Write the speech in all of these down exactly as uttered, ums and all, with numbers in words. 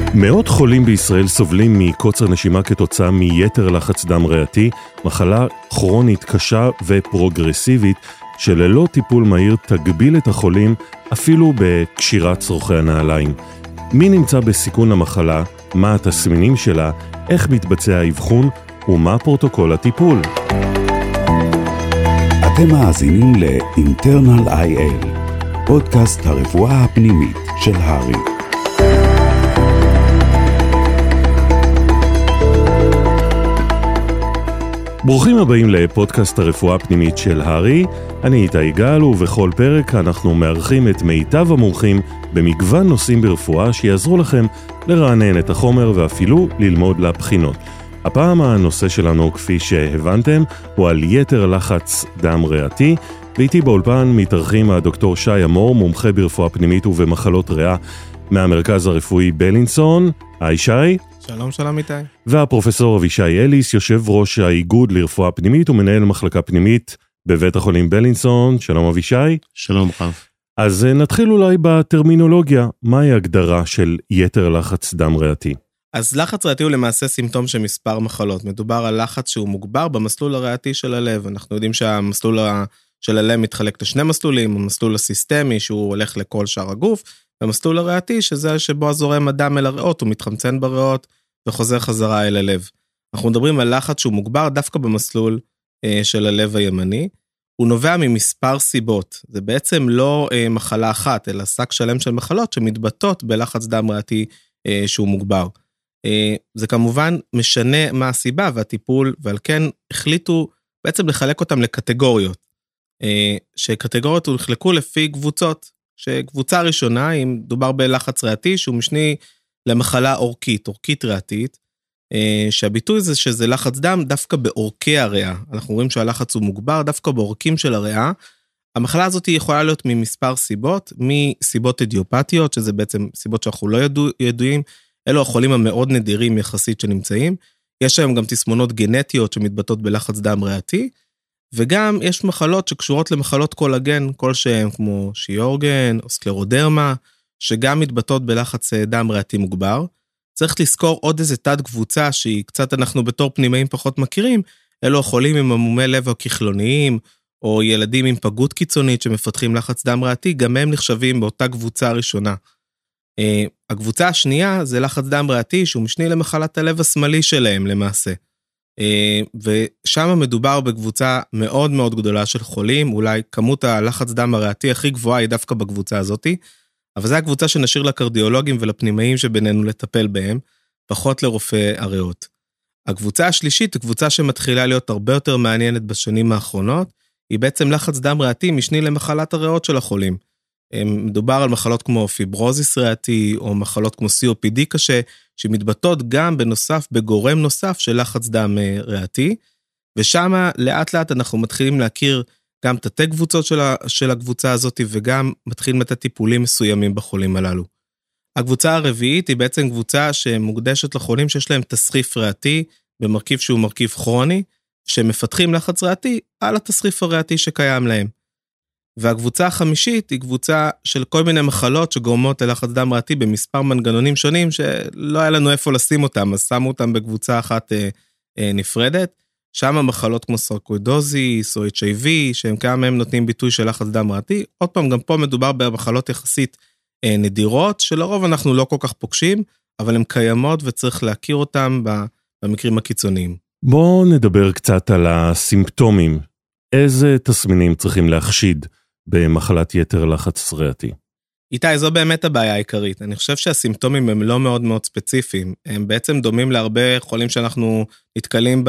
מאות חולים בישראל סובלים מקוצר נשימה כתוצאה מיתר לחץ דם ריאתי, מחלה כרונית קשה ופרוגרסיבית שללא טיפול מהיר תגביל את החולים אפילו בקשירת צורכי הנעליים. מי נמצא בסיכון למחלה, מה התסמינים שלה, איך מתבצע האבחון ומה פרוטוקול הטיפול. אתם מאזינים ל-Internal איי אל, פודקאסט הרפואה הפנימית של הרי. ברוכים הבאים לפודקאסט הרפואה הפנימית של הרי. אני איתי גל, ובכל פרק אנחנו מארחים את מיטב המומחים במגוון נושאים ברפואה שיעזרו לכם לרענן את החומר ואפילו ללמוד לבחינות. הפעם הנושא שלנו, כפי שהבנתם, הוא על יתר לחץ דם ריאתי, ואיתי באולפן מתארחים הדוקטור שי אמור, מומחה ברפואה פנימית ובמחלות ריאה מהמרכז הרפואי בלינסון. היי שי. שלום, שלום איתי. והפרופסור אבישי אליס, יושב ראש האיגוד לרפואה פנימית ומנהל מחלקה פנימית בבית החולים בלינסון. שלום אבישי. שלום רב. אז נתחיל אולי בטרמינולוגיה. מהי הגדרה של יתר לחץ דם ריאתי? אז לחץ ריאתי הוא למעשה סימפטום של מספר מחלות. מדובר על לחץ שהוא מוגבר במסלול הריאתי של הלב. אנחנו יודעים שהמסלול של הלב מתחלק לשני מסלולים, המסלול הסיסטמי שהוא הולך לכל שאר הגוף, והמסלול הריאתי שזה שבו הזורם הדם אל הריאות, הוא מתחמצן בריאות וחוזר חזרה אל הלב. אנחנו מדברים על לחץ שהוא מוגבר דווקא במסלול אה, של הלב הימני. הוא נובע ממספר סיבות. זה בעצם לא אה, מחלה אחת, אלא שק שלם של מחלות שמתבטאות בלחץ דם ריאתי אה, שהוא מוגבר. אה, זה כמובן משנה מה הסיבה והטיפול, ועל כן החליטו בעצם לחלק אותם לקטגוריות. אה, שקטגוריות הוחלקו לפי קבוצות. שקבוצה ראשונה, אם דובר בלחץ ריאתי, שהוא משני למחלה אורכית, אורכית ריאתית, שהביטוי זה שזה לחץ דם דווקא באורכי הריאה. אנחנו רואים שהלחץ הוא מוגבר דווקא באורכים של הריאה. המחלה הזאת יכולה להיות ממספר סיבות, מסיבות אידיופתיות, שזה בעצם סיבות שאנחנו לא ידוע, ידועים, אלו החולים המאוד נדירים יחסית שנמצאים. יש היום גם תסמונות גנטיות שמתבטאות בלחץ דם ריאתי, וגם יש מחלות שקשורות למחלות קולגן, כלשהם כמו שיורגן או סקלרודרמה, שגם מתבטאות בלחץ דם ריאתי מוגבר. צריך לזכור עוד איזה תת קבוצה שהיא קצת אנחנו בתור פנימיים פחות מכירים, אלו החולים עם עמומי לב או כחלוניים, או ילדים עם פגות קיצונית שמפתחים לחץ דם ריאתי, גם הם נחשבים באותה קבוצה הראשונה. הקבוצה השנייה זה לחץ דם ריאתי, שהוא משני למחלת הלב השמאלי שלהם למעשה. ושם מדובר בקבוצה מאוד מאוד גדולה של חולים, אולי כמות הלחץ דם הריאתי הכי גבוהה היא דווקא בקבוצה הזאת, אבל זו הקבוצה שנשאיר לקרדיולוגים ולפנימיים שבינינו לטפל בהם, פחות לרופאי הריאות. הקבוצה השלישית היא קבוצה שמתחילה להיות הרבה יותר מעניינת בשנים האחרונות, היא בעצם לחץ דם ריאתי משני למחלת הריאות של החולים. מדובר על מחלות כמו פיברוזיס ריאתי, או מחלות כמו סי או פי די קשה, שמתבטאות גם בנוסף, בגורם נוסף של לחץ דם ריאתי, ושם לאט לאט אנחנו מתחילים להכיר גם תתי קבוצות של, של הקבוצה הזאת, וגם מתחילים את הטיפולים מסוימים בחולים הללו. הקבוצה הרביעית היא בעצם קבוצה שמוקדשת לחולים שיש להם תסריף ריאתי, במרכיב שהוא מרכיב כרוני, שמפתחים לחץ ריאתי על התסריף הריאתי שקיים להם. והקבוצה החמישית היא קבוצה של כל מיני מחלות שגורמות ללחץ דם ריאתי במספר מנגנונים שונים, שלא היה לנו איפה לשים אותם, אז שמו אותם בקבוצה אחת אה, אה, נפרדת. שם המחלות כמו סרקוידוזיס או אייץ' איי וי, שהם כמה הם נותנים ביטוי של לחץ דם ריאתי. עוד פעם, גם פה מדובר במחלות יחסית אה, נדירות, שלרוב אנחנו לא כל כך פוגשים, אבל הן קיימות וצריך להכיר אותם במקרים הקיצוניים. בואו נדבר קצת על הסימפטומים. איזה תסמינים צריכים להחשיד במחלת יתר לחץ ריאתי? איתי, זו באמת הבעיה העיקרית. אני חושב שהסימפטומים הם לא מאוד מאוד ספציפיים. הם בעצם דומים להרבה חולים שאנחנו נתקלים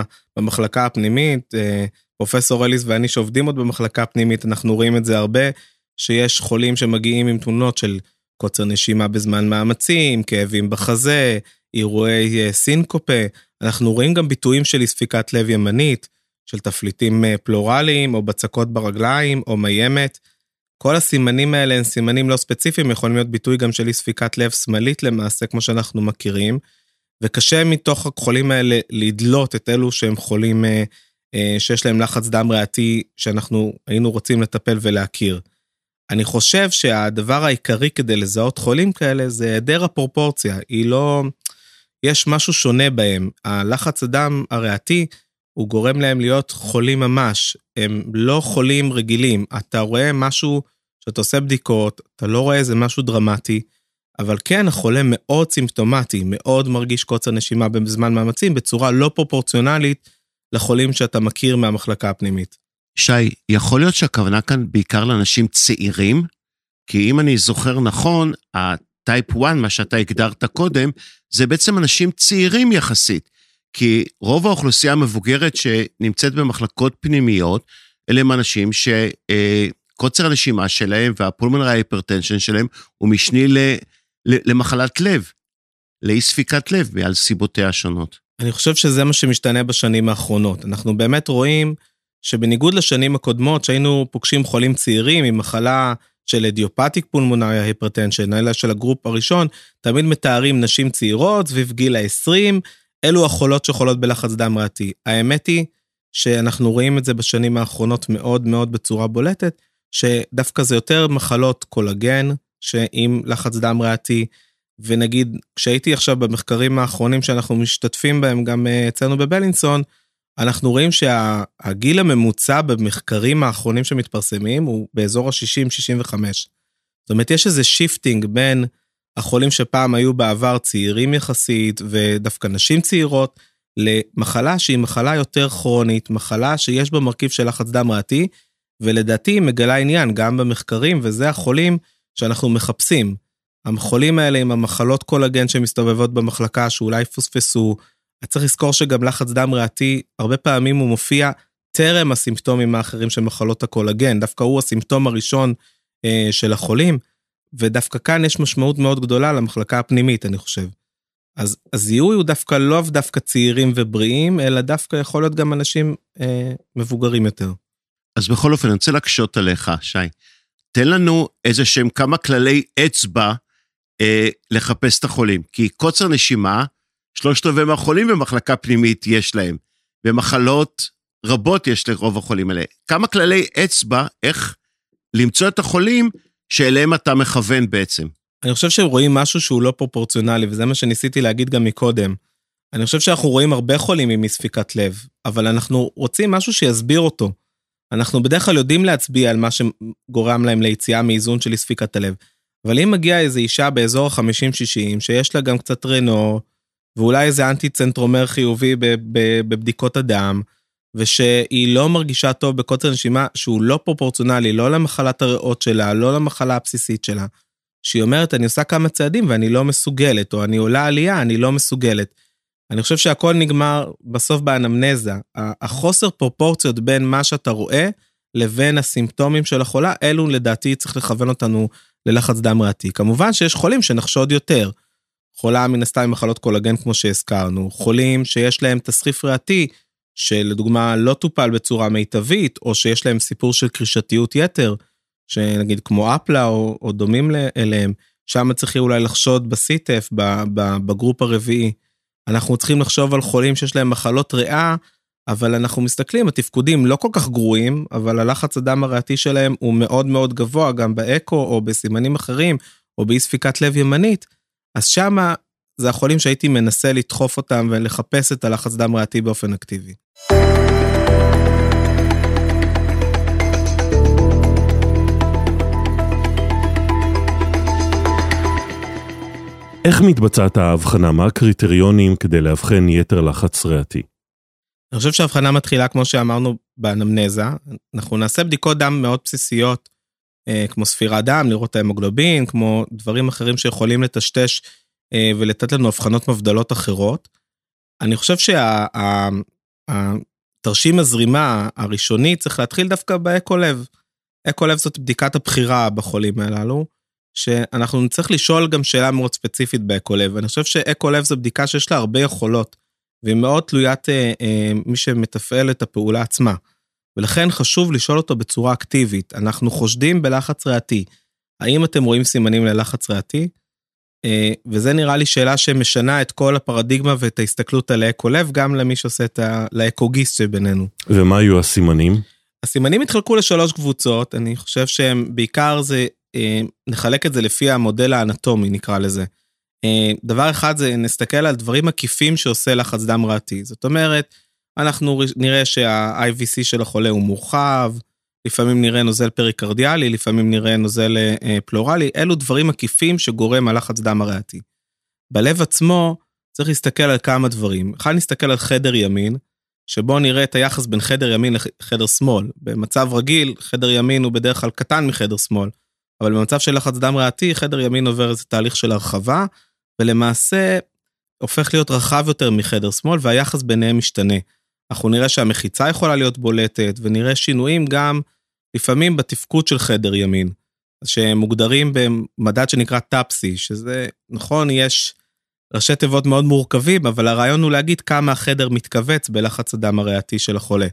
במחלקה הפנימית. פרופסור אליס ואני שעובדים עוד במחלקה הפנימית, אנחנו רואים את זה הרבה, שיש חולים שמגיעים עם תמונות של קוצר נשימה בזמן מאמצים, כאבים בחזה, אירועי סינקופה. אנחנו רואים גם ביטויים של ספיקת לב ימנית, של תפליטים פלורליים, או בצקות ברגליים, או מיימת. כל הסימנים האלה הם סימנים לא ספציפיים, יכולים להיות ביטוי גם של ספיקת לב שמאלית למעשה, כמו שאנחנו מכירים, וקשה מתוך החולים האלה לדלות את אלו שהם חולים שיש להם לחץ דם ריאתי, שאנחנו היינו רוצים לטפל ולהכיר. אני חושב שהדבר העיקרי כדי לזהות חולים כאלה, זה היעדר הפרופורציה, היא לא, יש משהו שונה בהם, הלחץ הדם הריאתי, הוא גורם להם להיות חולים ממש, הם לא חולים רגילים, אתה רואה משהו, שאתה עושה בדיקות, אתה לא רואה איזה משהו דרמטי, אבל כן, החולה מאוד סימפטומטי, מאוד מרגיש קוצר נשימה בזמן מאמצים, בצורה לא פרופורציונלית לחולים שאתה מכיר מהמחלקה הפנימית. שי, יכול להיות שהכוונה כאן בעיקר לאנשים צעירים, כי אם אני זוכר נכון, הטייפ אחת, מה שאתה הגדרת קודם, זה בעצם אנשים צעירים יחסית, כי רוב האוכלוסייה המבוגרת שנמצאת במחלקות פנימיות, אלה הם אנשים שקוצר הנשימה שלהם והפולמונרי ההיפרטנשן שלהם הוא משני למחלת לב, לאי ספיקת לב, ועל סיבותיה השונות. אני חושב שזה מה שמשתנה בשנים האחרונות. אנחנו באמת רואים שבניגוד לשנים הקודמות, שהיינו פוגשים חולים צעירים עם מחלה של אידיופטיק פולמונרי ההיפרטנשן, אלא של הגרופ הראשון, תמיד מתארים נשים צעירות, סביב גיל ה-עשרים, אלו החולות שחולות בלחץ דם ריאתי. האמת היא שאנחנו רואים את זה בשנים האחרונות מאוד מאוד בצורה בולטת, שדווקא זה יותר מחלות קולגן, שעם לחץ דם ריאתי, ונגיד, כשהייתי עכשיו במחקרים האחרונים שאנחנו משתתפים בהם גם אצלנו בבלינסון, אנחנו רואים שהגיל הממוצע במחקרים האחרונים שמתפרסמים, הוא באזור ה-שישים שישים וחמש. זאת אומרת, יש איזה שיפטינג בין החולים שפעם היו בעבר צעירים יחסית, ודווקא נשים צעירות, למחלה שהיא מחלה יותר כרונית, מחלה שיש בה מרכיב של לחץ דם ריאתי, ולדעתי מגלה עניין גם במחקרים, וזה החולים שאנחנו מחפשים. החולים האלה עם המחלות קולגן שמסתובבות במחלקה, שאולי פוספסו, צריך לזכור שגם לחץ דם ריאתי, הרבה פעמים הוא מופיע טרם הסימפטומים האחרים של מחלות הקולגן, דווקא הוא הסימפטום הראשון אה, של החולים, ודווקא כאן יש משמעות מאוד גדולה למחלקה הפנימית, אני חושב. אז הזיהוי הוא דווקא לא דווקא צעירים ובריאים, אלא דווקא יכול להיות גם אנשים אה, מבוגרים יותר. אז בכל אופן, אני רוצה להקשות עליך, שי. תן לנו איזה שהם כמה כללי אצבע אה, לחפש את החולים, כי קוצר נשימה, שלושת רבעי מהחולים במחלקה פנימית יש להם, ומחלות רבות יש לרוב החולים האלה. כמה כללי אצבע, איך למצוא את החולים שאליהם אתה מכוון בעצם? אני חושב שהם רואים משהו שהוא לא פרופורציונלי, וזה מה שניסיתי להגיד גם מקודם. אני חושב שאנחנו רואים הרבה חולים עם ספיקת לב, אבל אנחנו רוצים משהו שיסביר אותו. אנחנו בדרך כלל יודעים להצביע על מה שגורם להם ליציאה מאיזון של ספיקת הלב. אבל אם מגיעה איזו אישה באזור ה-חמישים שישים, שיש לה גם קצת רנור, ואולי איזה אנטי-צנטרומר חיובי בבדיקות הדם, ושהיא לא מרגישה טוב בקוצר נשימה, שהוא לא פרופורציונלי, לא למחלת הריאות שלה, לא למחלה הבסיסית שלה, שהיא אומרת, אני עושה כמה צעדים ואני לא מסוגלת, או אני עולה עלייה, אני לא מסוגלת. אני חושב שהכל נגמר בסוף באנמנזה. החוסר פרופורציות בין מה שאתה רואה, לבין הסימפטומים של החולה, אלו לדעתי צריך לכוון אותנו ללחץ דם ריאתי. כמובן שיש חולים שנחשוד יותר. חולה מן הסתם עם מחלות קולגן כמו שהזכרנו, חולים שיש להם תסחיף ריאתי, שלדוגמה לא טופל בצורה מיטבית, או שיש להם סיפור של קרישתיות יתר, שנגיד כמו אפלה או, או דומים אליהם, שם צריכים אולי לחשוד בסיטף, בגרופ הרביעי. אנחנו צריכים לחשוב על חולים שיש להם מחלות ריאה, אבל אנחנו מסתכלים, התפקודים לא כל כך גרועים, אבל הלחץ הדם הריאתי שלהם הוא מאוד מאוד גבוה, גם באקו או בסימנים אחרים, או באי ספיקת לב ימנית, אז שמה זה החולים שהייתי מנסה לדחוף אותם ולחפש את הלחץ דם ריאתי באופן אקטיבי. איך מתבצעת ההבחנה? מה הקריטריונים כדי להבחן יתר לחץ ריאתי? אני חושב שההבחנה מתחילה, כמו שאמרנו, באנמנזה. אנחנו נעשה בדיקות דם מאוד בסיסיות, כמו ספירת דם, לראות ההמוגלובין, כמו דברים אחרים שיכולים לטשטש ולתת לנו הבחנות מבדלות אחרות. אני חושב שהתרשים הזרימה הראשוני צריך להתחיל דווקא באקו-לב. אקו-לב זאת בדיקת הבחירה בחולים הללו, שאנחנו נצטרך לשאול גם שאלה מאוד ספציפית באקו-לב. אני חושב שאקו-לב זו בדיקה שיש לה הרבה יכולות, והיא מאוד תלוית אה, אה, מי שמתפעל את הפעולה עצמה. ולכן חשוב לשאול אותו בצורה אקטיבית. אנחנו חושדים בלחץ ריאתי. האם אתם רואים סימנים ללחץ ריאתי? אה, וזה נראה לי שאלה שמשנה את כל הפרדיגמה ואת ההסתכלות על האקו-לב, גם למי שעושה את ה... לאקוגיסט שבינינו. ומה היו הסימנים? הסימנים התחלקו לשלוש קבוצות, אני חושב שהם בעיקר זה, נחלק את זה לפי המודל האנטומי, נקרא לזה. דבר אחד זה נסתכל על דברים עקיפים שעושה לחץ דם ריאתי. זאת אומרת, אנחנו נראה שה-איי וי סי של החולה הוא מורחב, לפעמים נראה נוזל פריקרדיאלי, לפעמים נראה נוזל פלורלי, אלו דברים עקיפים שגורם על לחץ דם הריאתי. בלב עצמו צריך להסתכל על כמה דברים. אחד נסתכל על חדר ימין, שבו נראה את היחס בין חדר ימין לחדר שמאל. במצב רגיל, חדר ימין הוא בדרך כלל קטן מחדר שמאל, אבל במצב של לחץ דם ריאתי, חדר ימין עובר איזה תהליך של הרחבה, ולמעשה הופך להיות רחב יותר מחדר שמאל, והיחס ביניהם משתנה. אנחנו נראה שהמחיצה יכולה להיות בולטת, ונראה שינויים גם לפעמים בתפקוד של חדר ימין, שמוגדרים במדד שנקרא טאפסי, שזה נכון, יש ראשי תיבות מאוד מורכבים, אבל הרעיון הוא להגיד כמה החדר מתכווץ בלחץ הדם הריאתי של החולה,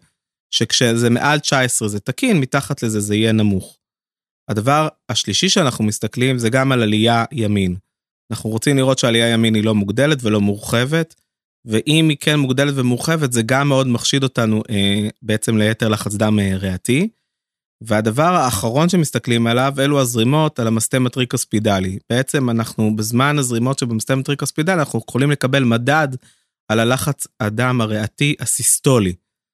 שכשזה מעל תשע עשרה זה תקין, מתחת לזה זה יהיה נמוך. הדבר השלישי שאנחנו מסתכלים זה גם על עלייה ימין. אנחנו רוצים לראות שעלייה ימין היא לא מוגדלת ולא מורחבת, ואם היא כן מוגדלת ומורחבת, זה גם מאוד מחשיד אותנו אה, בעצם ליתר לחץ דם אה, ריאתי. והדבר האחרון שמסתכלים עליו, אלו הזרימות על המסתם הטריקוספידלי. בעצם אנחנו בזמן הזרימות שבמסתם הטריקוספידלי, אנחנו יכולים לקבל מדד על הלחץ הדם הריאתי הסיסטולי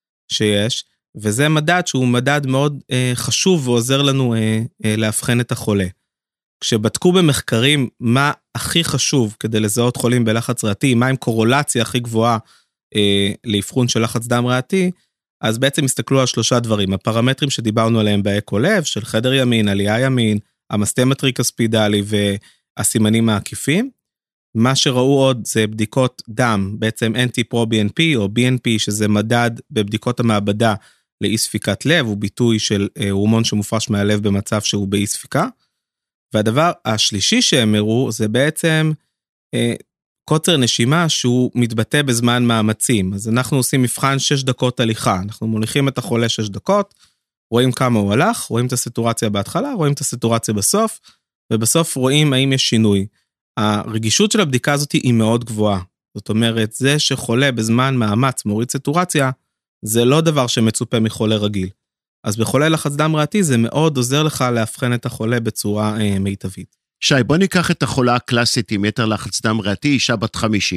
שיש, וזה מדד שהוא מדד מאוד אה, חשוב ועוזר לנו אה, אה, להבחן את החולה. כשבדקו במחקרים מה הכי חשוב כדי לזהות חולים בלחץ ריאתי, מה עם קורולציה הכי גבוהה אה, לאבחון של לחץ דם ריאתי, אז בעצם הסתכלו על שלושה דברים, הפרמטרים שדיברנו עליהם באקו לב, של חדר ימין, עלייה ימין, המסתם הטריקוספידלי והסימנים העקיפים. מה שראו עוד זה בדיקות דם, בעצם אן טי פרו בי אן פי או בי אן פי, שזה מדד בבדיקות המעבדה לאי ספיקת לב, הוא ביטוי של הורמון שמופרש מהלב במצב שהוא באי ספיקה. והדבר השלישי שהם הראו זה בעצם אה, קוצר נשימה שהוא מתבטא בזמן מאמצים. אז אנחנו עושים מבחן שש דקות הליכה, אנחנו מוליכים את החולה שש דקות, רואים כמה הוא הלך, רואים את הסטורציה בהתחלה, רואים את הסטורציה בסוף, ובסוף רואים האם יש שינוי. הרגישות של הבדיקה הזאת היא מאוד גבוהה. זאת אומרת, זה שחולה בזמן מאמץ מוריד סטורציה, זה לא דבר שמצופה מחולה רגיל. אז בחולה לחץ דם ריאתי זה מאוד עוזר לך להבחן את החולה בצורה אה, מיטבית. שי, בוא ניקח את החולה הקלאסית עם יתר לחץ דם ריאתי, אישה בת חמישים.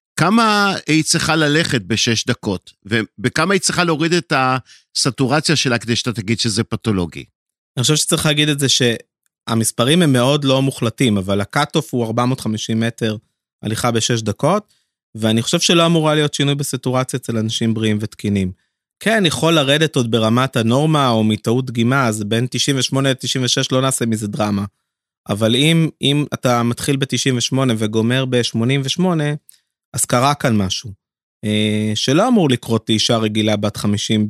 כמה היא צריכה ללכת בשש דקות? ובכמה היא צריכה להוריד את הסטורציה שלה כדי שאתה תגיד שזה פתולוגי? אני חושב שצריך להגיד את זה שהמספרים הם מאוד לא מוחלטים, אבל הקאט-אוף הוא ארבע מאות וחמישים מטר הליכה בשש דקות, ואני חושב שלא אמורה להיות שינוי בסטורציה אצל אנשים בריאים ותקינים. כן, יכול לרדת עוד ברמת הנורמה או מטעות דגימה, אז בין תשעים ושמונה ל-תשעים ושש לא נעשה מזה דרמה. אבל אם, אם אתה מתחיל ב-תשעים ושמונה וגומר ב-שמונים ושמונה, אז קרה כאן משהו. שלא אמור לקרות לאישה רגילה בת חמישים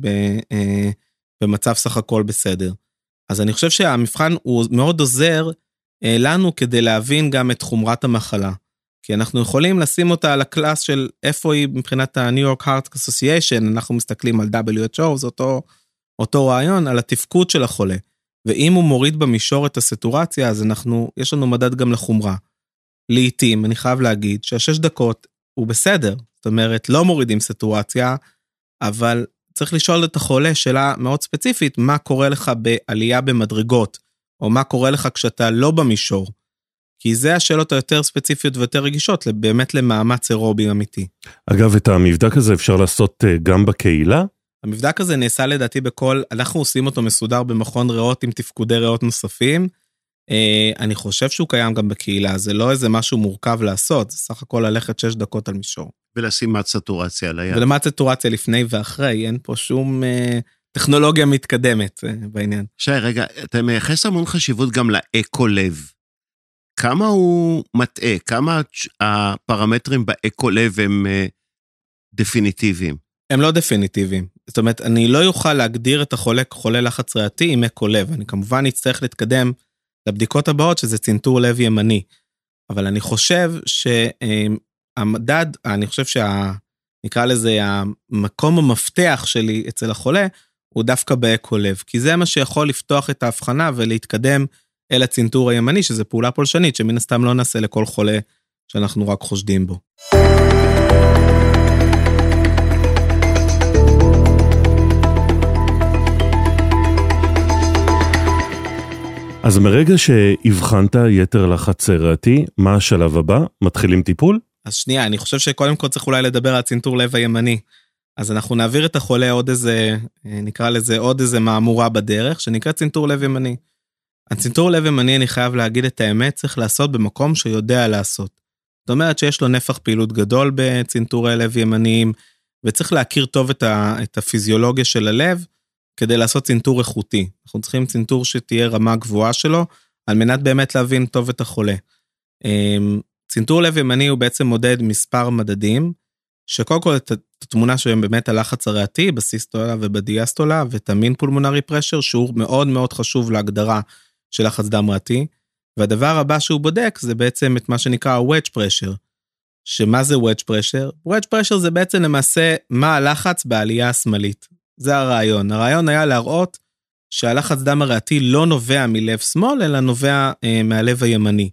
במצב סך הכל בסדר. אז אני חושב שהמבחן הוא מאוד עוזר לנו כדי להבין גם את חומרת המחלה. כי אנחנו יכולים לשים אותה על הקלאס של איפה היא מבחינת ה-New York Heart Association, אנחנו מסתכלים על דאבליו אייץ' או, זה אותו, אותו רעיון, על התפקוד של החולה. ואם הוא מוריד במישור את הסטורציה, אז אנחנו, יש לנו מדד גם לחומרה. לעתים, אני חייב להגיד, שהשש דקות הוא בסדר. זאת אומרת, לא מורידים סטורציה, אבל צריך לשאול את החולה שאלה מאוד ספציפית, מה קורה לך בעלייה במדרגות, או מה קורה לך כשאתה לא במישור. כי זה השאלות היותר ספציפיות ויותר רגישות, באמת למאמץ אירובי אמיתי. אגב, את המבדק הזה אפשר לעשות גם בקהילה? המבדק הזה נעשה לדעתי בכל, אנחנו עושים אותו מסודר במכון ריאות עם תפקודי ריאות נוספים, אני חושב שהוא קיים גם בקהילה, זה לא איזה משהו מורכב לעשות, זה סך הכל ללכת שש דקות על מישור. ולשים מד סטורציה על היד. ולמד סטורציה לפני ואחרי, אין פה שום אה, טכנולוגיה מתקדמת אה, בעניין. שי, רגע, אתה מייחס המון חשיבות גם לאקו לב. כמה הוא מטעה, כמה הפרמטרים באקו לב הם אה, דפיניטיביים? הם לא דפיניטיביים. זאת אומרת, אני לא יוכל להגדיר את החולה כחולה לחץ ריאתי עם אקו לב. אני כמובן אצטרך להתקדם לבדיקות הבאות, שזה צנתור לב ימני. אבל אני חושב שהמדד, אני חושב שנקרא לזה, המקום המפתח שלי אצל החולה, הוא דווקא באקו לב. כי זה מה שיכול לפתוח את ההבחנה ולהתקדם אל הצנתור הימני, שזה פעולה פולשנית, שמן הסתם לא נעשה לכל חולה שאנחנו רק חושדים בו. אז מרגע שהבחנת יתר לחץ ריאתי, מה השלב הבא? מתחילים טיפול? אז שנייה, אני חושב שקודם כל צריך אולי לדבר על צנתור לב הימני. אז אנחנו נעביר את החולה עוד איזה, נקרא לזה עוד איזה מאמורה בדרך, שנקרא צנתור לב ימני. הצנתור לב ימני, אני חייב להגיד את האמת, צריך לעשות במקום שיודע לעשות. זאת אומרת שיש לו נפח פעילות גדול בצנתורי לב ימניים, וצריך להכיר טוב את, ה, את הפיזיולוגיה של הלב, כדי לעשות צנתור איכותי. אנחנו צריכים צנתור שתהיה רמה גבוהה שלו, על מנת באמת להבין טוב את החולה. צנתור לב ימני הוא בעצם מודד מספר מדדים, שקודם כל את התמונה שהם באמת הלחץ הריאתי, בסיסטולה ובדיאסטולה, ואת המין פולמונרי פרשר, שהוא מאוד מאוד חשוב להגדרה של לחץ דם ריאתי, והדבר הבא שהוא בודק, זה בעצם את מה שנקרא wedge pressure, שמה זה wedge pressure? wedge pressure זה בעצם למעשה מה הלחץ בעלייה השמאלית. זה הרעיון. הרעיון היה להראות שהלחץ דם הריאתי לא נובע מלב שמאל, אלא נובע אה, מהלב הימני.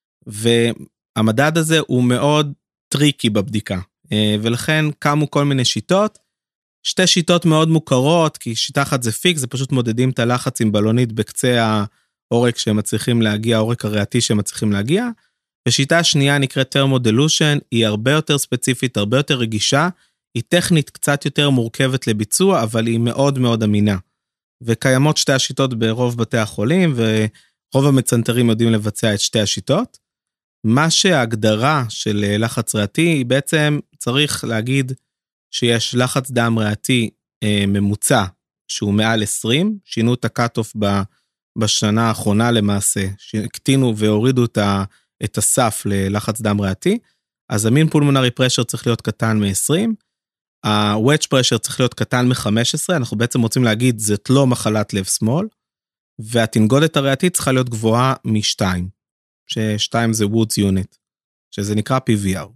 והמדד הזה הוא מאוד טריקי בבדיקה. אה, ולכן קמו כל מיני שיטות, שתי שיטות מאוד מוכרות, כי שיטה אחת זה פיקס, זה פשוט מודדים את הלחץ עם בלונית בקצה העורק שהם מצליחים להגיע, העורק הריאתי שהם מצליחים להגיע, ושיטה השנייה נקראת תרמודילושן, היא הרבה יותר ספציפית, הרבה יותר רגישה, היא טכנית קצת יותר מורכבת לביצוע, אבל היא מאוד מאוד אמינה. וקיימות שתי השיטות ברוב בתי החולים, ורוב המצנתרים יודעים לבצע את שתי השיטות. מה שההגדרה של לחץ ריאתי, היא בעצם צריך להגיד שיש לחץ דם ריאתי אה, ממוצע, שהוא מעל עשרים, שינו את הקאט-אוף בשנה האחרונה למעשה, שהקטינו והורידו את, ה, את הסף ללחץ דם ריאתי, אז המין פולמונרי פרשר צריך להיות קטן מ-עשרים, ה-wedge pressure צריך להיות קטן מ-חמש עשרה, אנחנו בעצם רוצים להגיד, זאת לא מחלת לב שמאל, והתנגודת הריאתית צריכה להיות גבוהה מ-שתיים, ש-שתיים זה Woods unit, שזה נקרא פי וי אר.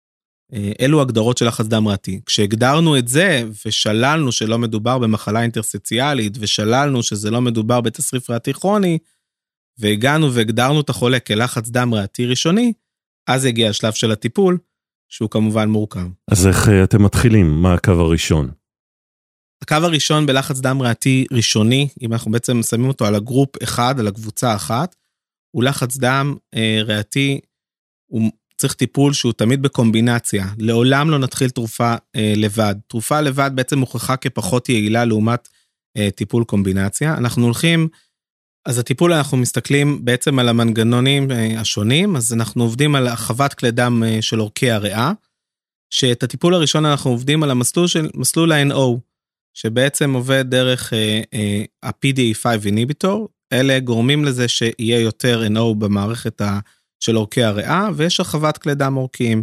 אלו הגדרות של לחץ דם ריאתי. כשהגדרנו את זה, ושללנו שלא מדובר במחלה אינטרסציאלית, ושללנו שזה לא מדובר בתסריף ריאתי כרוני, והגענו והגדרנו את החולה כלחץ דם ריאתי ראשוני, אז הגיע השלב של הטיפול, שהוא כמובן מורכב. אז איך אתם מתחילים? מה הקו הראשון? הקו הראשון בלחץ דם ריאתי ראשוני, אם אנחנו בעצם שמים אותו על הגרופ אחד, על הקבוצה אחת, הוא לחץ דם אה, ריאתי, הוא צריך טיפול שהוא תמיד בקומבינציה. לעולם לא נתחיל תרופה אה, לבד. תרופה לבד בעצם מוכחה כפחות יעילה לעומת אה, טיפול קומבינציה. אנחנו הולכים, אז הטיפול אנחנו מסתכלים בעצם על המנגנונים אה, השונים, אז אנחנו עובדים על הרחבת כלי דם אה, של עורקי הריאה, שאת הטיפול הראשון אנחנו עובדים על המסלול של מסלול ה-אן או, שבעצם עובד דרך אה, אה, ה-פי די איי חמש איניביטור, אלה גורמים לזה שיהיה יותר אן או במערכת ה... של עורקי הריאה, ויש הרחבת כלי דם עורקיים.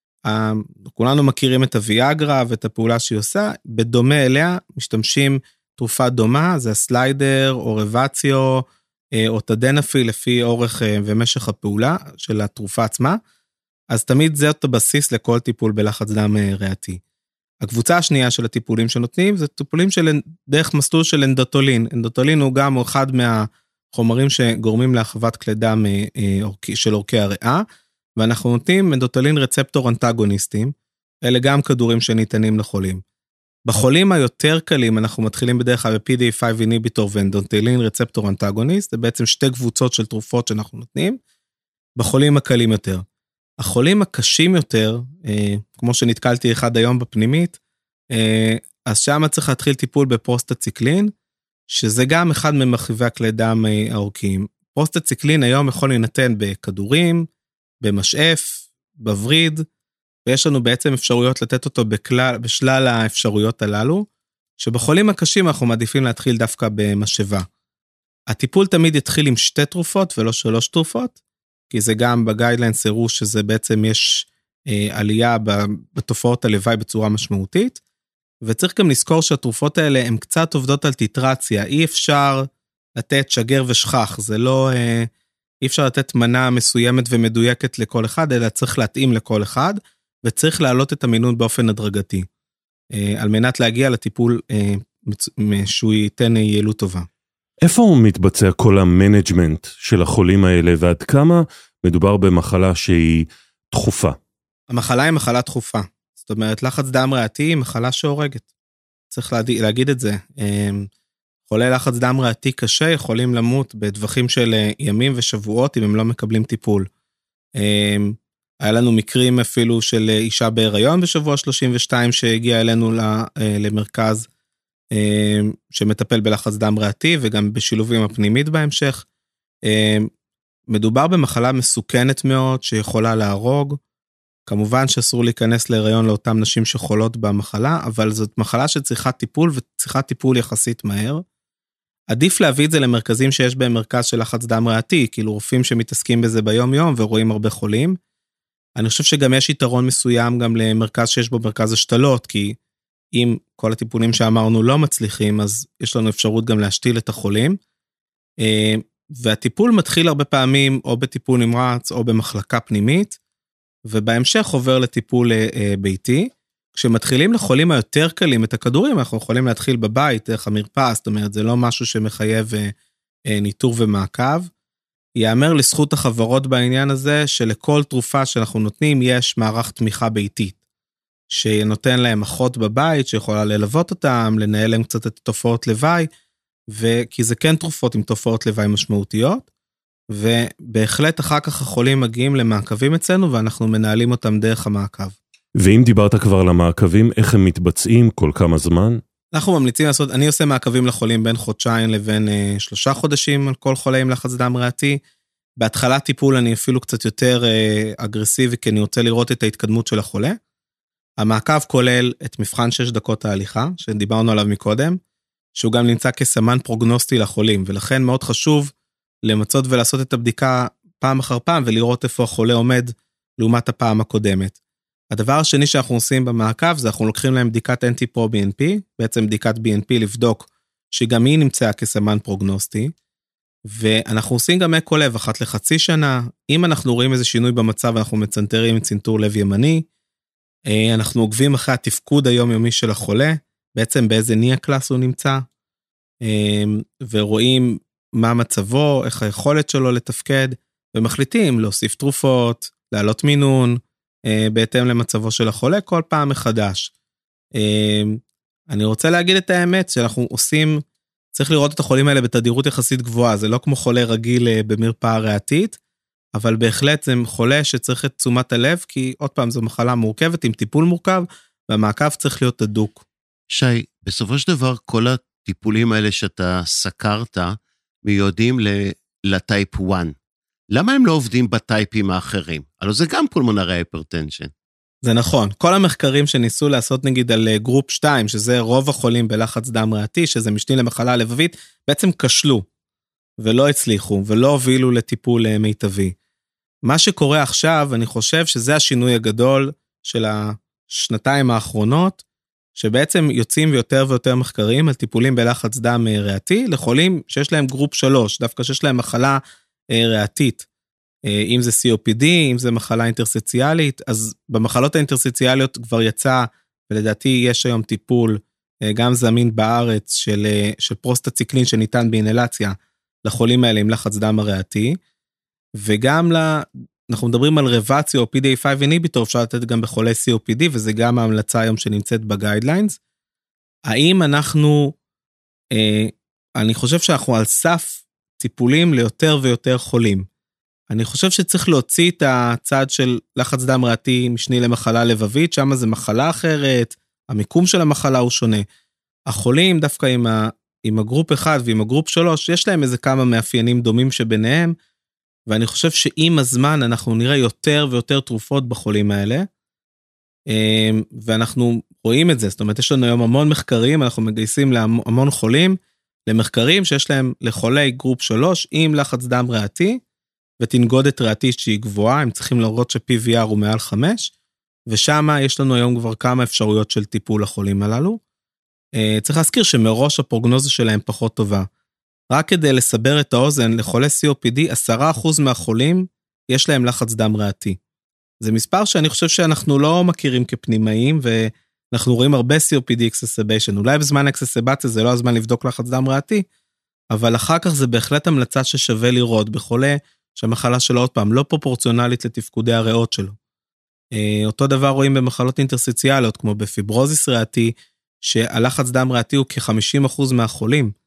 כולנו מכירים את הוויאגרה ואת הפעולה שהיא עושה, בדומה אליה משתמשים תרופה דומה, זה הסליידר או רבציו, או תדנפיל לפי אורך ומשך הפעולה של התרופה עצמה, אז תמיד זה את הבסיס לכל טיפול בלחץ דם ריאתי. הקבוצה השנייה של הטיפולים שנותנים, זה טיפולים של דרך מסלול של אנדוטולין. אנדוטולין הוא גם אחד מה... חומרים שגורמים להרחבת כלי דם של עורקי הריאה, ואנחנו נותנים אנדוטולין רצפטור אנטגוניסטים, אלה גם כדורים שניתנים לחולים. בחולים היותר קלים, אנחנו מתחילים בדרך כלל ב-פי די איי חמש איניביטור ואנדוטולין רצפטור אנטגוניסט, זה בעצם שתי קבוצות של תרופות שאנחנו נותנים, בחולים הקלים יותר. החולים הקשים יותר, כמו שנתקלתי אחד היום בפנימית, אז שם צריך להתחיל טיפול בפרוסטציקלין, שזה גם אחד ממרחיבי הכלי דם העורקיים. פרוסטציקלין היום יכול להינתן בכדורים, במשאף, בווריד, ויש לנו בעצם אפשרויות לתת אותו בכלל, בשלל האפשרויות הללו, שבחולים הקשים אנחנו מעדיפים להתחיל דווקא במשאבה. הטיפול תמיד יתחיל עם שתי תרופות ולא שלוש תרופות, כי זה גם בגיידליינס הראו שזה בעצם יש אה, עלייה בתופעות הלוואי בצורה משמעותית, וצריך גם לזכור שהתרופות האלה הן קצת עובדות על טיטרציה, אי אפשר לתת שגר ושכח, זה לא, אה, אי אפשר לתת מנה מסוימת ומדויקת לכל אחד, אלא צריך להתאים לכל אחד, וצריך להעלות את המינון באופן הדרגתי, אה, על מנת להגיע לטיפול אה, שהוא ייתן יעילות טובה. איפה הוא מתבצע כל המנג'מנט של החולים האלה, ועד כמה מדובר במחלה שהיא דחופה? המחלה היא מחלה דחופה. זאת אומרת, לחץ דם ריאתי היא מחלה שהורגת. צריך להגיד, להגיד את זה. חולי לחץ דם ריאתי קשה יכולים למות בטווחים של ימים ושבועות אם הם לא מקבלים טיפול. היה לנו מקרים אפילו של אישה בהיריון בשבוע שלושים ושתיים שהגיעה אלינו למרכז שמטפל בלחץ דם ריאתי וגם בשילובים הפנימית בהמשך. מדובר במחלה מסוכנת מאוד שיכולה להרוג. כמובן שאסור להיכנס להיריון לאותן נשים שחולות במחלה, אבל זאת מחלה שצריכה טיפול וצריכה טיפול יחסית מהר. עדיף להביא את זה למרכזים שיש בהם מרכז של לחץ דם ריאתי, כאילו רופאים שמתעסקים בזה ביום יום ורואים הרבה חולים. אני חושב שגם יש יתרון מסוים גם למרכז שיש בו מרכז השתלות, כי אם כל הטיפולים שאמרנו לא מצליחים, אז יש לנו אפשרות גם להשתיל את החולים. והטיפול מתחיל הרבה פעמים או בטיפול נמרץ או במחלקה פנימית, ובהמשך עובר לטיפול ביתי. כשמתחילים לחולים היותר קלים את הכדורים, אנחנו יכולים להתחיל בבית דרך המרפאה, זאת אומרת, זה לא משהו שמחייב ניטור ומעקב. יאמר לזכות החברות בעניין הזה, שלכל תרופה שאנחנו נותנים, יש מערך תמיכה ביתית, שנותן להם אחות בבית, שיכולה ללוות אותם, לנהל להם קצת את תופעות לוואי, וכי זה כן תרופות עם תופעות לוואי משמעותיות, ובהחלט אחר כך החולים מגיעים למעקבים אצלנו, ואנחנו מנהלים אותם דרך המעקב. ואם דיברת כבר על המעקבים, איך הם מתבצעים כל כמה זמן? אנחנו ממליצים לעשות, אני עושה מעקבים לחולים בין חודשיים לבין אה, שלושה חודשים על כל חולה עם לחץ דם ריאתי. בהתחלת טיפול אני אפילו קצת יותר אה, אגרסיבי, כי אני רוצה לראות את ההתקדמות של החולה. המעקב כולל את מבחן שש דקות ההליכה, שדיברנו עליו מקודם, שהוא גם נמצא כסמן פרוגנוסטי לחולים, ולכן מאוד חשוב למצות ולעשות את הבדיקה פעם אחר פעם, ולראות איפה החולה עומד לעומת הפעם הקודמת. הדבר השני שאנחנו עושים במעקב, זה אנחנו לוקחים להם בדיקת אנטי-פרו-בי אן פי, בעצם בדיקת בי אן פי לבדוק שגם היא נמצאה כסמן פרוגנוסטי, ואנחנו עושים גם אקו לב אחת לחצי שנה. אם אנחנו רואים איזה שינוי במצב, אנחנו מצנתרים עם צנתור לב ימני, אנחנו עוקבים אחרי התפקוד היומיומי של החולה, בעצם באיזה ניה קלאס הוא נמצא, ורואים מה מצבו, איך היכולת שלו לתפקד, ומחליטים להוסיף תרופות, להעלות מינון, בהתאם למצבו של החולה, כל פעם מחדש. אני רוצה להגיד את האמת, שאנחנו עושים, צריך לראות את החולים האלה בתדירות יחסית גבוהה, זה לא כמו חולה רגיל במרפאה ריאתית, אבל בהחלט זה חולה שצריך את תשומת הלב, כי עוד פעם זו מחלה מורכבת עם טיפול מורכב, והמעקב צריך להיות הדוק. שי, בסופו של דבר כל הטיפולים האלה שאתה סקרת, מיועדים לטייפ אחת. למה הם לא עובדים בטייפים האחרים? הלוא זה גם פולמונרי היפרטנשן. זה נכון. כל המחקרים שניסו לעשות נגיד על גרופ שתיים, שזה רוב החולים בלחץ דם ריאתי, שזה משני למחלה לבבית, בעצם כשלו, ולא הצליחו, ולא הובילו לטיפול מיטבי. מה שקורה עכשיו, אני חושב שזה השינוי הגדול של השנתיים האחרונות, שבעצם יוצאים ויותר ויותר מחקרים על טיפולים בלחץ דם ריאתי, לחולים שיש להם גרופ שלוש, דווקא שיש להם מחלה ריאתית, אם זה סי או פי די, אם זה מחלה אינטרסציאלית, אז במחלות האינטרסציאליות כבר יצא, ולדעתי יש היום טיפול, גם זמין בארץ, של, של פרוסטציקלין שניתן באינהלציה, לחולים האלה עם לחץ דם הריאתי, וגם לה, אנחנו מדברים על רבציה או פי די חמש איניביטור, אפשר לתת גם בחולי סי או פי די, וזה גם ההמלצה היום שנמצאת בגיידליינס. האם אנחנו, אה, אני חושב שאנחנו על סף טיפולים ליותר ויותר חולים. אני חושב שצריך להוציא את הצד של לחץ דם ריאתי משני למחלה לבבית, שם זה מחלה אחרת, המיקום של המחלה הוא שונה. החולים דווקא עם, ה, עם הגרופ אחד ועם הגרופ שלוש, יש להם איזה כמה מאפיינים דומים שביניהם, ואני חושב שעם הזמן אנחנו נראה יותר ויותר תרופות בחולים האלה, ואנחנו רואים את זה, זאת אומרת יש לנו היום המון מחקרים, אנחנו מגייסים להמון חולים, למחקרים שיש להם לחולי גרופ שלוש עם לחץ דם ריאתי, ותנגודת ריאתית שהיא גבוהה, הם צריכים לראות ש-פי וי אר הוא מעל חמש, ושם יש לנו היום כבר כמה אפשרויות של טיפול לחולים הללו. צריך להזכיר שמראש הפרוגנוזה שלהם פחות טובה. רק כדי לסבר את האוזן, לחולי סי או פי די, עשרה אחוז מהחולים יש להם לחץ דם ריאתי. זה מספר שאני חושב שאנחנו לא מכירים כפנימיים, ואנחנו רואים הרבה סי או פי די אקססביישן. אולי בזמן אקססבציה זה לא הזמן לבדוק לחץ דם ריאתי, אבל אחר כך זה בהחלט המלצה ששווה לראות בחולה, שהמחלה שלו עוד פעם לא פרופורציונלית לתפקודי הריאות שלו. אותו דבר רואים במחלות אינטרסציאליות, כמו בפיברוזיס ריאתי, שהלחץ דם ריאתי הוא כ-חמישים אחוז מהחולים,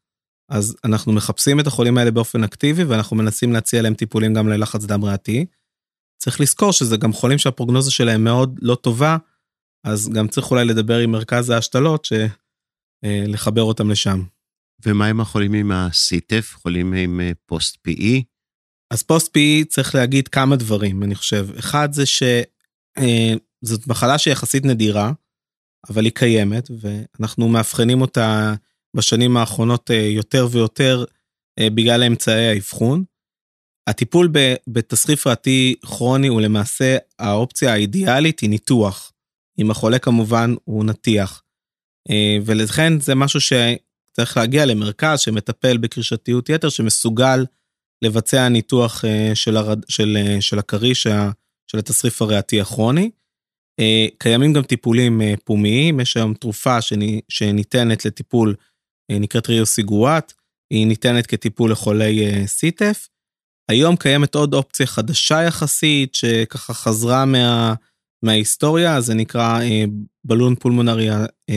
אז אנחנו מחפשים את החולים האלה באופן אקטיבי, ואנחנו מנסים להציע להם טיפולים גם ללחץ דם ריאתי. צריך לזכור שזה גם חולים שהפרוגנוזה שלהם מאוד לא טובה, אז גם צריך אולי לדבר עם מרכז ההשתלות, לחבר אותם לשם. ומה עם החולים עם ה-סי טי אף, חולים עם פוסט-פי אי? אז פוסט-פי אי צריך להגיד כמה דברים, אני חושב. אחד זה שזאת מחלה שיחסית נדירה, אבל היא קיימת, ואנחנו מאבחנים אותה בשנים האחרונות יותר ויותר בגלל אמצעי האבחון. הטיפול בתסריף ריאתי כרוני הוא למעשה האופציה האידיאלית היא ניתוח. אם החולה כמובן הוא נתיח. ולכן זה משהו שצריך להגיע למרכז שמטפל בקרישתיות יתר, שמסוגל לבצע ניתוח של, הרד, של, של הקריש, של התסריף הריאתי הכרוני. קיימים גם טיפולים פומיים, יש היום תרופה שניתנת לטיפול, נקראת ריוסיגואט, היא ניתנת כטיפול לחולי סי טי אף. היום קיימת עוד אופציה חדשה יחסית, שככה חזרה מה, מההיסטוריה, זה נקרא בלון פולמונרי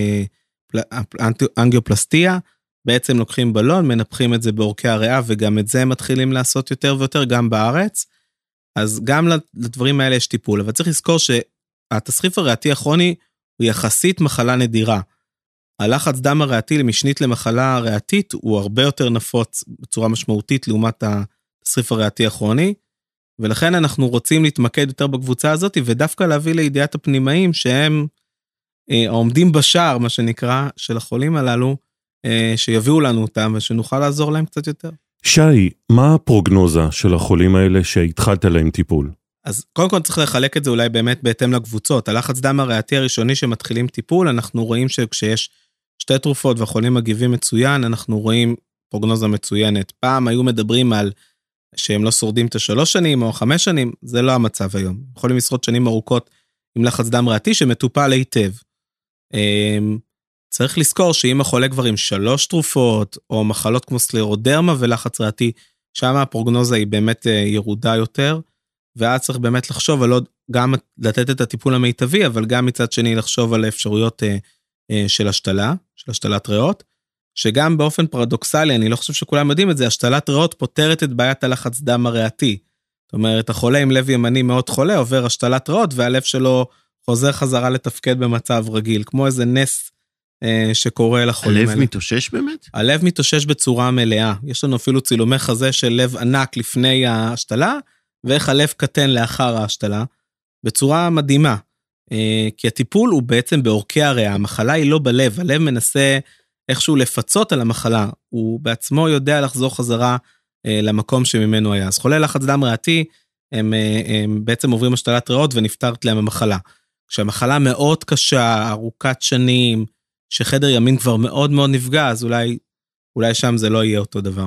אנגיופלסטיה, בעצם לוקחים בלון, מנפחים את זה באורכי הריאה, וגם את זה מתחילים לעשות יותר ויותר, גם בארץ, אז גם לדברים האלה יש טיפול, אבל צריך לזכור שהתסריף הריאתי הכרוני, הוא יחסית מחלה נדירה, הלחץ דם הריאתי למשנית למחלה ריאתית, הוא הרבה יותר נפוץ בצורה משמעותית, לעומת התסריף הריאתי הכרוני, ולכן אנחנו רוצים להתמקד יותר בקבוצה הזאת, ודווקא להביא לידיעת הפנימאים, שהם עומדים בשער, מה שנקרא, של החולים הללו, שיביאו לנו אותם, ושנוכל לעזור להם קצת יותר. שי, מה הפרוגנוזה של החולים האלה שהתחלת להם טיפול? אז קודם כל צריך לחלק את זה אולי באמת בהתאם לקבוצות. הלחץ דם הריאתי הראשוני שמתחילים טיפול, אנחנו רואים שכשיש שתי תרופות והחולים מגיבים מצוין, אנחנו רואים פרוגנוזה מצוינת. פעם היו מדברים על שהם לא שורדים את השלוש שנים או חמש שנים, זה לא המצב היום. יכולים לשרוד שנים ארוכות עם לחץ דם ריאתי שמטופל היטב. צריך לזכור שאם החולה כבר עם שלוש תרופות, או מחלות כמו סקלרודרמה ולחץ ריאתי, שם הפרוגנוזה היא באמת ירודה יותר, ואז צריך באמת לחשוב על עוד, גם לתת את הטיפול המיטבי, אבל גם מצד שני לחשוב על האפשרויות של השתלה, של השתלת ריאות, שגם באופן פרדוקסלי, אני לא חושב שכולם יודעים את זה, השתלת ריאות פותרת את בעיית הלחץ דם הריאתי. זאת אומרת, החולה עם לב ימני מאוד חולה, עובר השתלת ריאות, והלב שלו חוזר חזרה לתפקד במצב רגיל, כמו איזה נס אה, שקורה לחולים הלב האלה. הלב מתאושש באמת? הלב מתאושש בצורה מלאה. יש לנו אפילו צילומי חזה של לב ענק לפני ההשתלה, ואיך הלב קטן לאחר ההשתלה, בצורה מדהימה. אה, כי הטיפול הוא בעצם באורכי הריאה, המחלה היא לא בלב, הלב מנסה איכשהו לפצות על המחלה, הוא בעצמו יודע לחזור חזרה אה, למקום שממנו היה. אז חולי לחץ דם ריאתי, הם, הם בעצם עוברים השתלת ריאות ונפטרת להם המחלה. כשהמחלה מאוד קשה, ארוכת שנים, שחדר ימין כבר מאוד מאוד נפגע, אז אולי, אולי שם זה לא יהיה אותו דבר.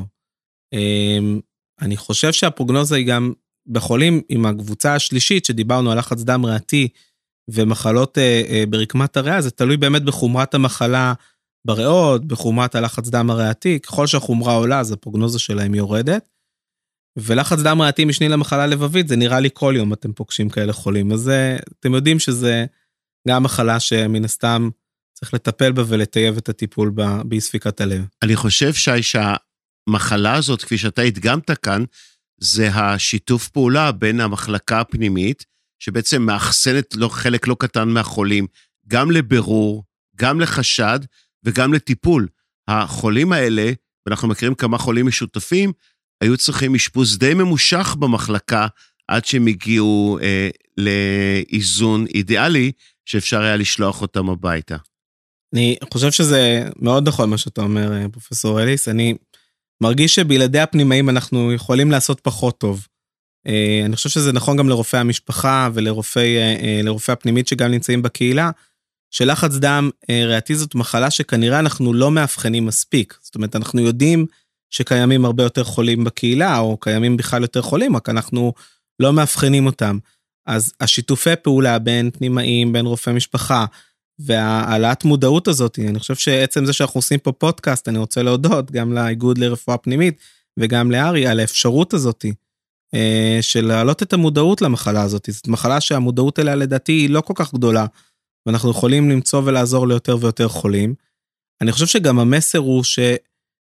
אני חושב שהפרוגנוזה היא גם בחולים עם הקבוצה השלישית, שדיברנו על לחץ דם ריאתי, ומחלות ברקמת הריאה, זה תלוי באמת בחומרת המחלה בריאות, בחומרת הלחץ דם הריאתי, ככל שהחומרה עולה, אז הפרוגנוזה שלהם יורדת, ולחץ דם ריאתי משני למחלה לבבית, זה נראה לי כל יום אתם פוגשים כאלה חולים, אז זה, אתם יודעים שזה גם מחלה שמן הסתם צריך לטפל בה ולטייב את הטיפול באי ספיקת הלב. אני חושב שי שהמחלה הזאת, כפי שאתה הדגמת כאן, זה השיתוף פעולה בין המחלקה הפנימית, שבעצם מאחסנת לא, חלק לא קטן מהחולים, גם לבירור, גם לחשד וגם לטיפול. החולים האלה, ואנחנו מכירים כמה חולים משותפים, היו צריכים אשפוז די ממושך במחלקה, עד שהם הגיעו אה, לאיזון אידיאלי, שאפשר היה לשלוח אותם הביתה. אני חושב שזה מאוד נכון מה שאתה אומר, פרופסור אליס, אני מרגיש שבלעדי הפנימאים אנחנו יכולים לעשות פחות טוב. אה, אני חושב שזה נכון גם לרופאי המשפחה, ולרופאי אה, לרופאי הפנימית שגם נמצאים בקהילה, שלחץ דם אה, ריאתי זאת מחלה שכנראה אנחנו לא מאבחנים מספיק, זאת אומרת אנחנו יודעים, שקיימים הרבה יותר חולים בקהילה, או קיימים בכלל יותר חולים, רק אנחנו לא מאבחנים אותם. אז השיתופי פעולה בין פנימאים, בין רופאי משפחה, והעלאת מודעות הזאת, אני חושב שעצם זה שאנחנו עושים פה פודקאסט, אני רוצה להודות גם לאיגוד לרפואה פנימית, וגם לארי, על האפשרות הזאת, של להעלות את המודעות למחלה הזאת. זאת מחלה שהמודעות אליה לדעתי היא לא כל כך גדולה, ואנחנו יכולים למצוא ולעזור ליותר ויותר חולים. אני חושב שגם המסר הוא ש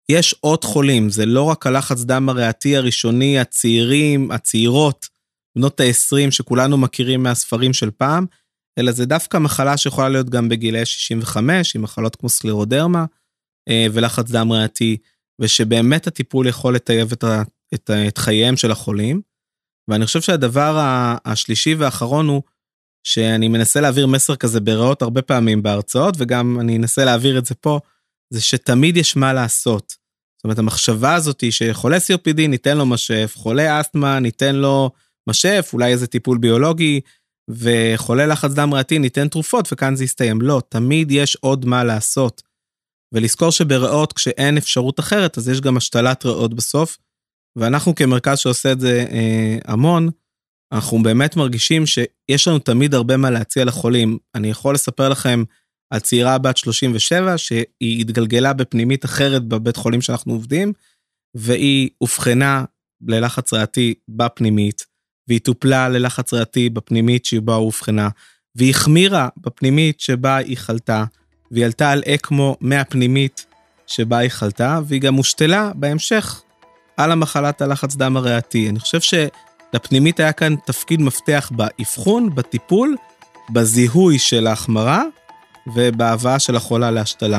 יש עוד חולים, זה לא רק הלחץ דם הריאתי הראשוני, הצעירים, הצעירות, בנות ה-עשרים שכולנו מכירים מהספרים של פעם, אלא זה דווקא מחלה שיכולה להיות גם בגילי שישים וחמש, עם מחלות כמו סקלרודרמה, ולחץ דם ריאתי, ושבאמת הטיפול יכול לטייב את, ה, את, ה, את חייהם של החולים, ואני חושב שהדבר השלישי והאחרון הוא, שאני מנסה להעביר מסר כזה בריאות הרבה פעמים בהרצאות, וגם אני אנסה להעביר את זה פה, זה שתמיד יש מה לעשות. זאת אומרת, המחשבה הזאת היא שחולה סי או פי די ניתן לו משף, חולה אסתמה ניתן לו משף, אולי איזה טיפול ביולוגי, וחולה לחץ דם ריאתי ניתן תרופות, וכאן זה יסתיים. לא, תמיד יש עוד מה לעשות. ולזכור שבריאות, כשאין אפשרות אחרת, אז יש גם השתלת ריאות בסוף, ואנחנו כמרכז שעושה את זה אה, המון, אנחנו באמת מרגישים שיש לנו תמיד הרבה מה להציע לחולים. אני יכול לספר לכם על צעירה בת שלושים ושבע, שהיא התגלגלה בפנימית אחרת בבית חולים שאנחנו עובדים, והיא הובחנה ללחץ ריאתי בפנימית, והיא טופלה ללחץ ריאתי בפנימית שבה הוא הובחנה, והיא החמירה בפנימית שבה היא חלתה, והיא עלתה על אקמו מהפנימית שבה היא חלתה, והיא גם מושתלה בהמשך על המחלת הלחץ דם הריאתי. אני חושב שלפנימית היה כאן תפקיד מפתח באבחון, בטיפול, בזיהוי של ההחמרה, ובהבאה של החולה להשתלה.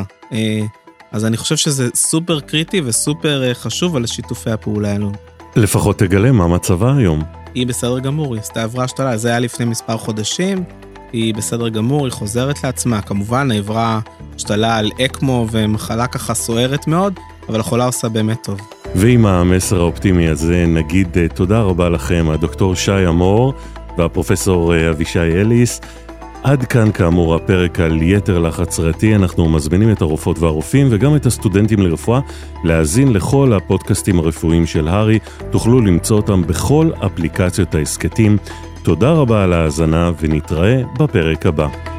אז אני חושב שזה סופר קריטי וסופר חשוב על שיתופי הפעולה האלו. לפחות תגלה מה מצבה היום. היא בסדר גמור, היא עשתה עברה השתלה, זה היה לפני מספר חודשים, היא בסדר גמור, היא חוזרת לעצמה, כמובן העברה השתלה על אקמו ומחלה ככה סוערת מאוד, אבל החולה עושה באמת טוב. ועם המסר האופטימי הזה נגיד תודה רבה לכם, הדוקטור שי אמור והפרופסור אבישי אליס. עד כאן כאמור הפרק על יתר לחץ ריאתי, אנחנו מזמינים את הרופאות והרופאים וגם את הסטודנטים לרפואה להאזין לכל הפודקאסטים הרפואיים של הרי, תוכלו למצוא אותם בכל אפליקציות העסקתים. תודה רבה על ההאזנה ונתראה בפרק הבא.